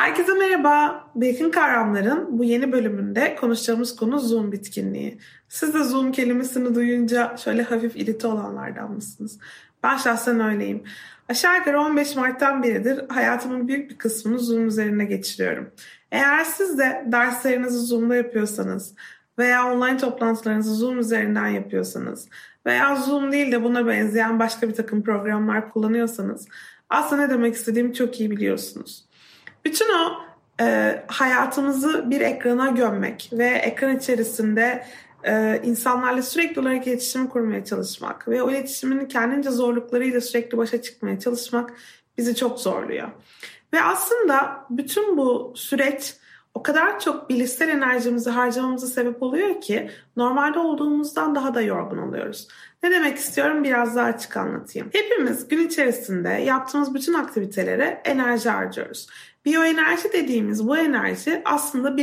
Herkese merhaba. Bekin Kavramlar'ın bu yeni bölümünde konuşacağımız konu Zoom bitkinliği. Siz de Zoom kelimesini duyunca şöyle hafif irite olanlardan mısınız? Ben şahsen öyleyim. Aşağı yukarı 15 Mart'tan beridir hayatımın büyük bir kısmını Zoom üzerine geçiriyorum. Eğer siz de derslerinizi Zoom'da yapıyorsanız veya online toplantılarınızı Zoom üzerinden yapıyorsanız veya Zoom değil de buna benzeyen başka bir takım programlar kullanıyorsanız aslında ne demek istediğimi çok iyi biliyorsunuz. Bütün o hayatımızı bir ekrana gömmek ve ekran içerisinde insanlarla sürekli olarak iletişim kurmaya çalışmak ve o iletişimin kendince zorluklarıyla sürekli başa çıkmaya çalışmak bizi çok zorluyor. Ve aslında bütün bu süreç o kadar çok bilişsel enerjimizi harcamamıza sebep oluyor ki normalde olduğumuzdan daha da yorgun oluyoruz. Ne demek istiyorum biraz daha açık anlatayım. Hepimiz gün içerisinde yaptığımız bütün aktivitelere enerji harcıyoruz. Biyoenerji dediğimiz bu enerji aslında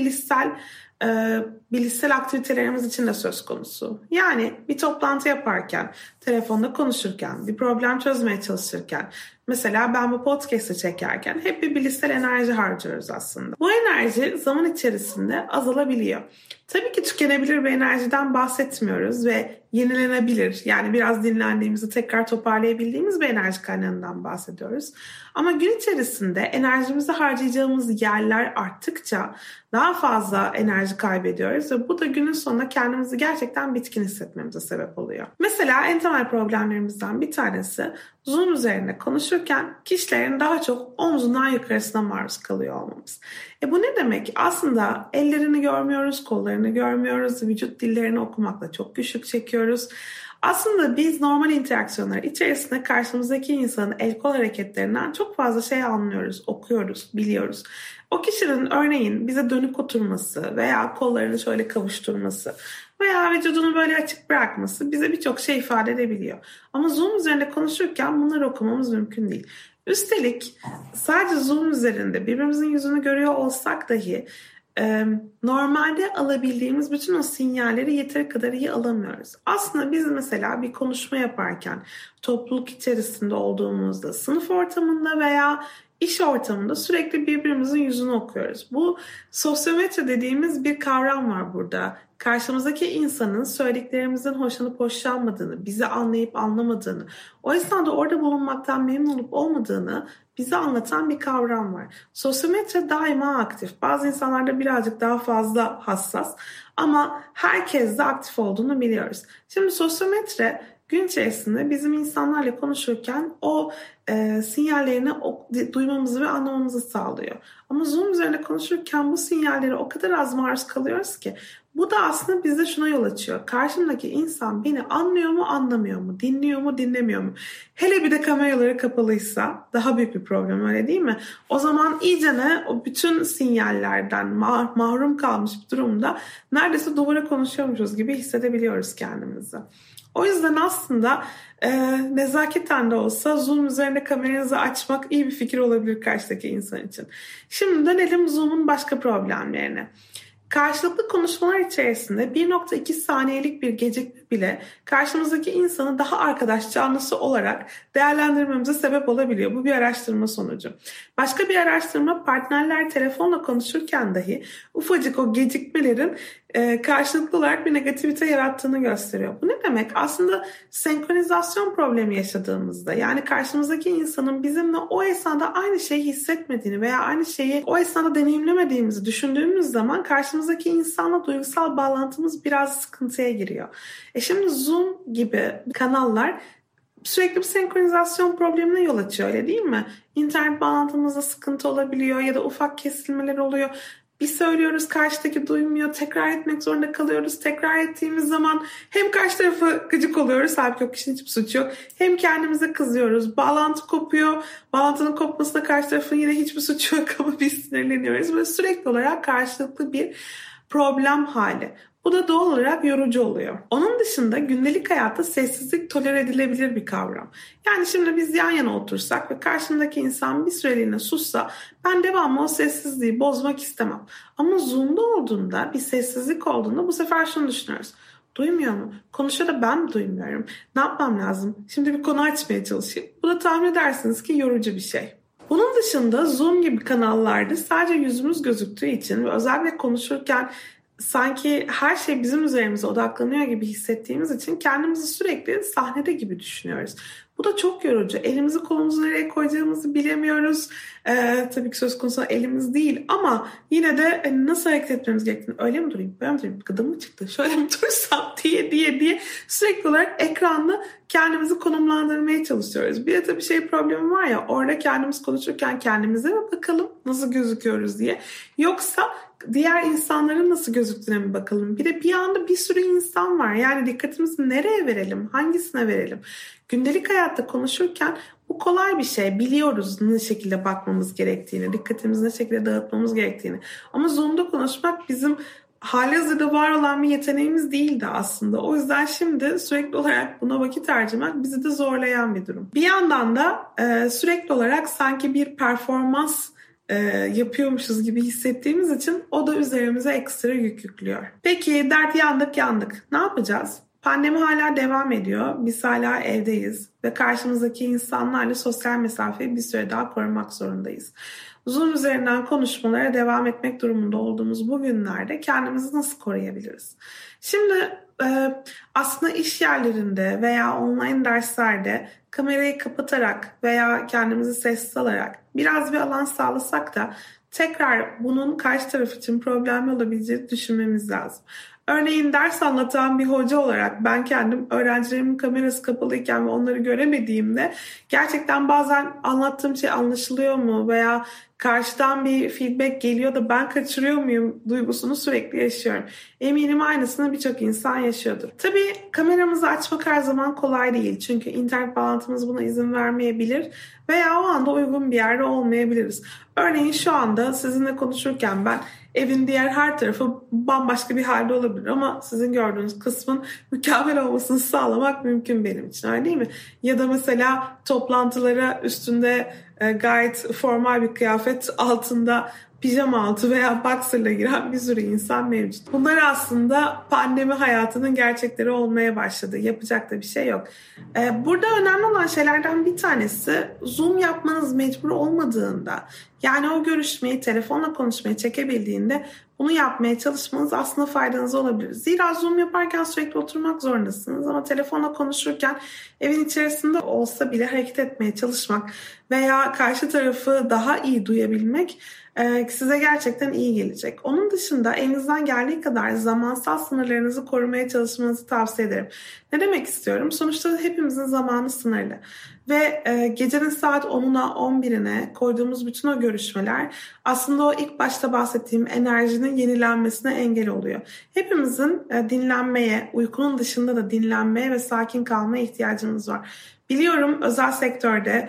bilişsel aktivitelerimiz için de söz konusu. Yani bir toplantı yaparken, telefonda konuşurken, bir problem çözmeye çalışırken, mesela ben bu podcast'ı çekerken hep bir bilişsel enerji harcıyoruz aslında. Bu enerji zaman içerisinde azalabiliyor. Tabii ki tükenebilir bir enerjiden bahsetmiyoruz ve yenilenebilir, yani biraz dinlendiğimizde tekrar toparlayabildiğimiz bir enerji kaynağından bahsediyoruz. Ama gün içerisinde enerjimizi harcayacağımız yerler arttıkça daha fazla enerji kaybediyoruz ve bu da günün sonunda kendimizi gerçekten bitkin hissetmemize sebep oluyor. Mesela en temel problemlerimizden bir tanesi Zoom üzerine konuşurken kişilerin daha çok omzundan yukarısına maruz kalıyor olmamız. Bu ne demek? Aslında ellerini görmüyoruz, kollarını görmüyoruz, vücut dillerini okumakla çok güçlük çekiyoruz. Aslında biz normal interaksiyonlar içerisinde karşımızdaki insanın el kol hareketlerinden çok fazla şey anlıyoruz, okuyoruz, biliyoruz. O kişinin örneğin bize dönük oturması veya kollarını şöyle kavuşturması veya vücudunu böyle açık bırakması bize birçok şey ifade edebiliyor. Ama Zoom üzerinde konuşurken bunları okumamız mümkün değil. Üstelik sadece Zoom üzerinde birbirimizin yüzünü görüyor olsak dahi normalde alabildiğimiz bütün o sinyalleri yeteri kadar iyi alamıyoruz. Aslında biz mesela bir konuşma yaparken topluluk içerisinde olduğumuzda, sınıf ortamında veya iş ortamında sürekli birbirimizin yüzünü okuyoruz. Bu sosyometre dediğimiz bir kavram var burada. Karşımızdaki insanın söylediklerimizden hoşlanıp hoşlanmadığını, bizi anlayıp anlamadığını, o esnada orada bulunmaktan memnun olup olmadığını bize anlatan bir kavram var. Sosyometre daima aktif. Bazı insanlarda birazcık daha fazla hassas ama herkes de aktif olduğunu biliyoruz. Şimdi sosyometre gün içerisinde bizim insanlarla konuşurken o sinyallerini duymamızı ve anlamamızı sağlıyor. Ama Zoom üzerinde konuşurken bu sinyallere o kadar az maruz kalıyoruz ki bu da aslında bize şuna yol açıyor. Karşımdaki insan beni anlıyor mu, anlamıyor mu, dinliyor mu, dinlemiyor mu? Hele bir de kameraları kapalıysa daha büyük bir problem, öyle değil mi? O zaman iyicene o bütün sinyallerden mahrum kalmış bir durumda neredeyse duvara konuşuyormuşuz gibi hissedebiliyoruz kendimizi. O yüzden aslında nezaketen de olsa Zoom üzerinde kameranızı açmak iyi bir fikir olabilir karşıdaki insan için. Şimdi dönelim Zoom'un başka problemlerine. Karşılıklı konuşmalar içerisinde 1.2 saniyelik bir gecikme bile karşımızdaki insanı daha arkadaş canlısı olarak değerlendirmemize sebep olabiliyor. Bu bir araştırma sonucu. Başka bir araştırma partnerler telefonla konuşurken dahi ufacık o gecikmelerin karşılıklı olarak bir negativite yarattığını gösteriyor. Bu ne demek? Aslında senkronizasyon problemi yaşadığımızda, yani karşımızdaki insanın bizimle o esnada aynı şeyi hissetmediğini veya aynı şeyi o esnada deneyimlemediğimizi düşündüğümüz zaman karşımızdaki insanla duygusal bağlantımız biraz sıkıntıya giriyor. Şimdi Zoom gibi kanallar sürekli bir senkronizasyon problemine yol açıyor, öyle değil mi? İnternet bağlantımızda sıkıntı olabiliyor ya da ufak kesilmeler oluyor. Bir söylüyoruz, karşıdaki duymuyor, tekrar etmek zorunda kalıyoruz. Tekrar ettiğimiz zaman hem karşı tarafı gıcık oluyoruz, halbuki o kişinin hiçbir suçu yok. Hem kendimize kızıyoruz, bağlantı kopuyor. Bağlantının kopmasına karşı tarafın yine hiçbir suçu yok ama biz sinirleniyoruz. Böyle sürekli olarak karşılıklı bir problem hali. Bu da doğal olarak yorucu oluyor. Onun dışında gündelik hayatta sessizlik tolere edilebilir bir kavram. Yani şimdi biz yan yana otursak ve karşımdaki insan bir süreliğine sussa ben devamlı o sessizliği bozmak istemem. Ama Zoom'da olduğunda, bir sessizlik olduğunda bu sefer şunu düşünüyoruz. Duymuyor mu? Konuşuyor da ben mi duymuyorum? Ne yapmam lazım? Şimdi bir konu açmaya çalışayım. Bu da tahmin edersiniz ki yorucu bir şey. Bunun dışında Zoom gibi kanallarda sadece yüzümüz gözüktüğü için ve özellikle konuşurken sanki her şey bizim üzerimize odaklanıyor gibi hissettiğimiz için kendimizi sürekli sahnede gibi düşünüyoruz. Bu da çok yorucu. Elimizi kolumuzu nereye koyacağımızı bilemiyoruz. Tabii ki söz konusu elimiz değil ama yine de nasıl hareket etmemiz gerektiğini, öyle mi durayım, böyle mi durayım, gıdım mı çıktı, şöyle mi dursam diye sürekli olarak ekranda kendimizi konumlandırmaya çalışıyoruz. Bir de tabii problemi var ya, orada kendimiz konuşurken kendimize mi bakalım nasıl gözüküyoruz diye, yoksa diğer insanların nasıl gözüktüğüne mi bakalım? Bir de bir anda bir sürü insan var. Yani dikkatimizi nereye verelim? Hangisine verelim? Gündelik hayatta konuşurken bu kolay bir şey. Biliyoruz ne şekilde bakmamız gerektiğini, dikkatimizi ne şekilde dağıtmamız gerektiğini. Ama Zoom'da konuşmak bizim halihazırda var olan bir yeteneğimiz değildi aslında. O yüzden şimdi sürekli olarak buna vakit harcamak bizi de zorlayan bir durum. Bir yandan da sürekli olarak sanki bir performans yapıyormuşuz gibi hissettiğimiz için o da üzerimize ekstra yük yüklüyor. Peki dert yandık. Ne yapacağız? Pandemi hala devam ediyor. Biz hala evdeyiz ve karşımızdaki insanlarla sosyal mesafeyi bir süre daha korumak zorundayız. Zoom üzerinden konuşmalara devam etmek durumunda olduğumuz bu günlerde kendimizi nasıl koruyabiliriz? Şimdi aslında iş yerlerinde veya online derslerde kamerayı kapatarak veya kendimizi sessiz alarak biraz bir alan sağlasak da tekrar bunun karşı taraf için problemli olabileceğini düşünmemiz lazım. Örneğin ders anlatan bir hoca olarak ben kendim öğrencilerimin kamerası kapalıyken ve onları göremediğimde gerçekten bazen anlattığım şey anlaşılıyor mu veya karşıdan bir feedback geliyor da ben kaçırıyor muyum duygusunu sürekli yaşıyorum. Eminim aynısını birçok insan yaşıyordur. Tabii kameramızı açmak her zaman kolay değil. Çünkü internet bağlantımız buna izin vermeyebilir veya o anda uygun bir yerde olmayabiliriz. Örneğin şu anda sizinle konuşurken ben evin diğer her tarafı bambaşka bir halde olabilir ama sizin gördüğünüz kısmın mükemmel olmasını sağlamak mümkün benim için, öyle değil mi? Ya da mesela toplantılara üstünde gayet formal bir kıyafet, altında pijama altı veya boxer'la giren bir sürü insan mevcut. Bunlar aslında pandemi hayatının gerçekleri olmaya başladı. Yapacak da bir şey yok. Burada önemli olan şeylerden bir tanesi Zoom yapmanız mecbur olmadığında, yani o görüşmeyi telefonla konuşmayı çekebildiğinde bunu yapmaya çalışmanız aslında faydanız olabilir. Zira Zoom yaparken sürekli oturmak zorundasınız ama telefonla konuşurken evin içerisinde olsa bile hareket etmeye çalışmak veya karşı tarafı daha iyi duyabilmek size gerçekten iyi gelecek. Onun dışında elinizden geldiği kadar zamansal sınırlarınızı korumaya çalışmanızı tavsiye ederim. Ne demek istiyorum? Sonuçta hepimizin zamanı sınırlı. Ve gecenin saat 10'una 11'ine koyduğumuz bütün o görüşmeler aslında o ilk başta bahsettiğim enerjinin yenilenmesine engel oluyor. Hepimizin dinlenmeye, uykunun dışında da dinlenmeye ve sakin kalmaya ihtiyacımız var. Biliyorum özel sektörde,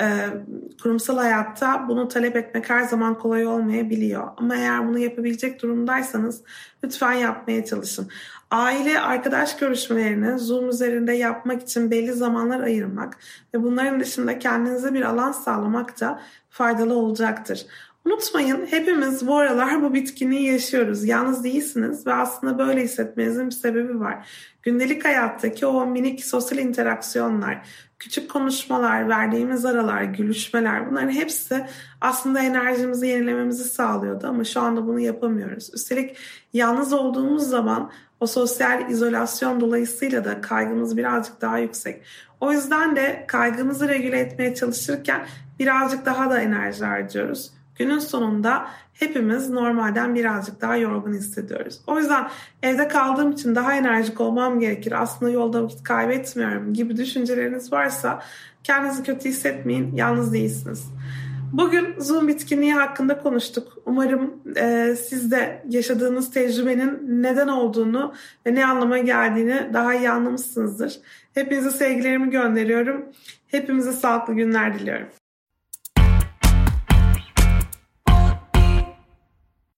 kurumsal hayatta bunu talep etmek her zaman kolay olmayabiliyor. Ama eğer bunu yapabilecek durumdaysanız lütfen yapmaya çalışın. Aile, arkadaş görüşmelerini Zoom üzerinde yapmak için belli zamanlar ayırmak ve bunların dışında kendinize bir alan sağlamak da faydalı olacaktır. Unutmayın, hepimiz bu aralar bu bitkinliği yaşıyoruz. Yalnız değilsiniz ve aslında böyle hissetmenizin bir sebebi var. Gündelik hayattaki o minik sosyal interaksiyonlar, küçük konuşmalar, verdiğimiz aralar, gülüşmeler, bunların hepsi aslında enerjimizi yenilememizi sağlıyordu ama şu anda bunu yapamıyoruz. Üstelik yalnız olduğumuz zaman o sosyal izolasyon dolayısıyla da kaygımız birazcık daha yüksek. O yüzden de kaygımızı regüle etmeye çalışırken birazcık daha da enerji harcıyoruz. Günün sonunda hepimiz normalden birazcık daha yorgun hissediyoruz. O yüzden evde kaldığım için daha enerjik olmam gerekir, aslında yolda vakit kaybetmiyorum gibi düşünceleriniz varsa kendinizi kötü hissetmeyin, yalnız değilsiniz. Bugün Zoom bitkinliği hakkında konuştuk. Umarım siz de yaşadığınız tecrübenin neden olduğunu ve ne anlama geldiğini daha iyi anlamışsınızdır. Hepinize sevgilerimi gönderiyorum. Hepimize sağlıklı günler diliyorum.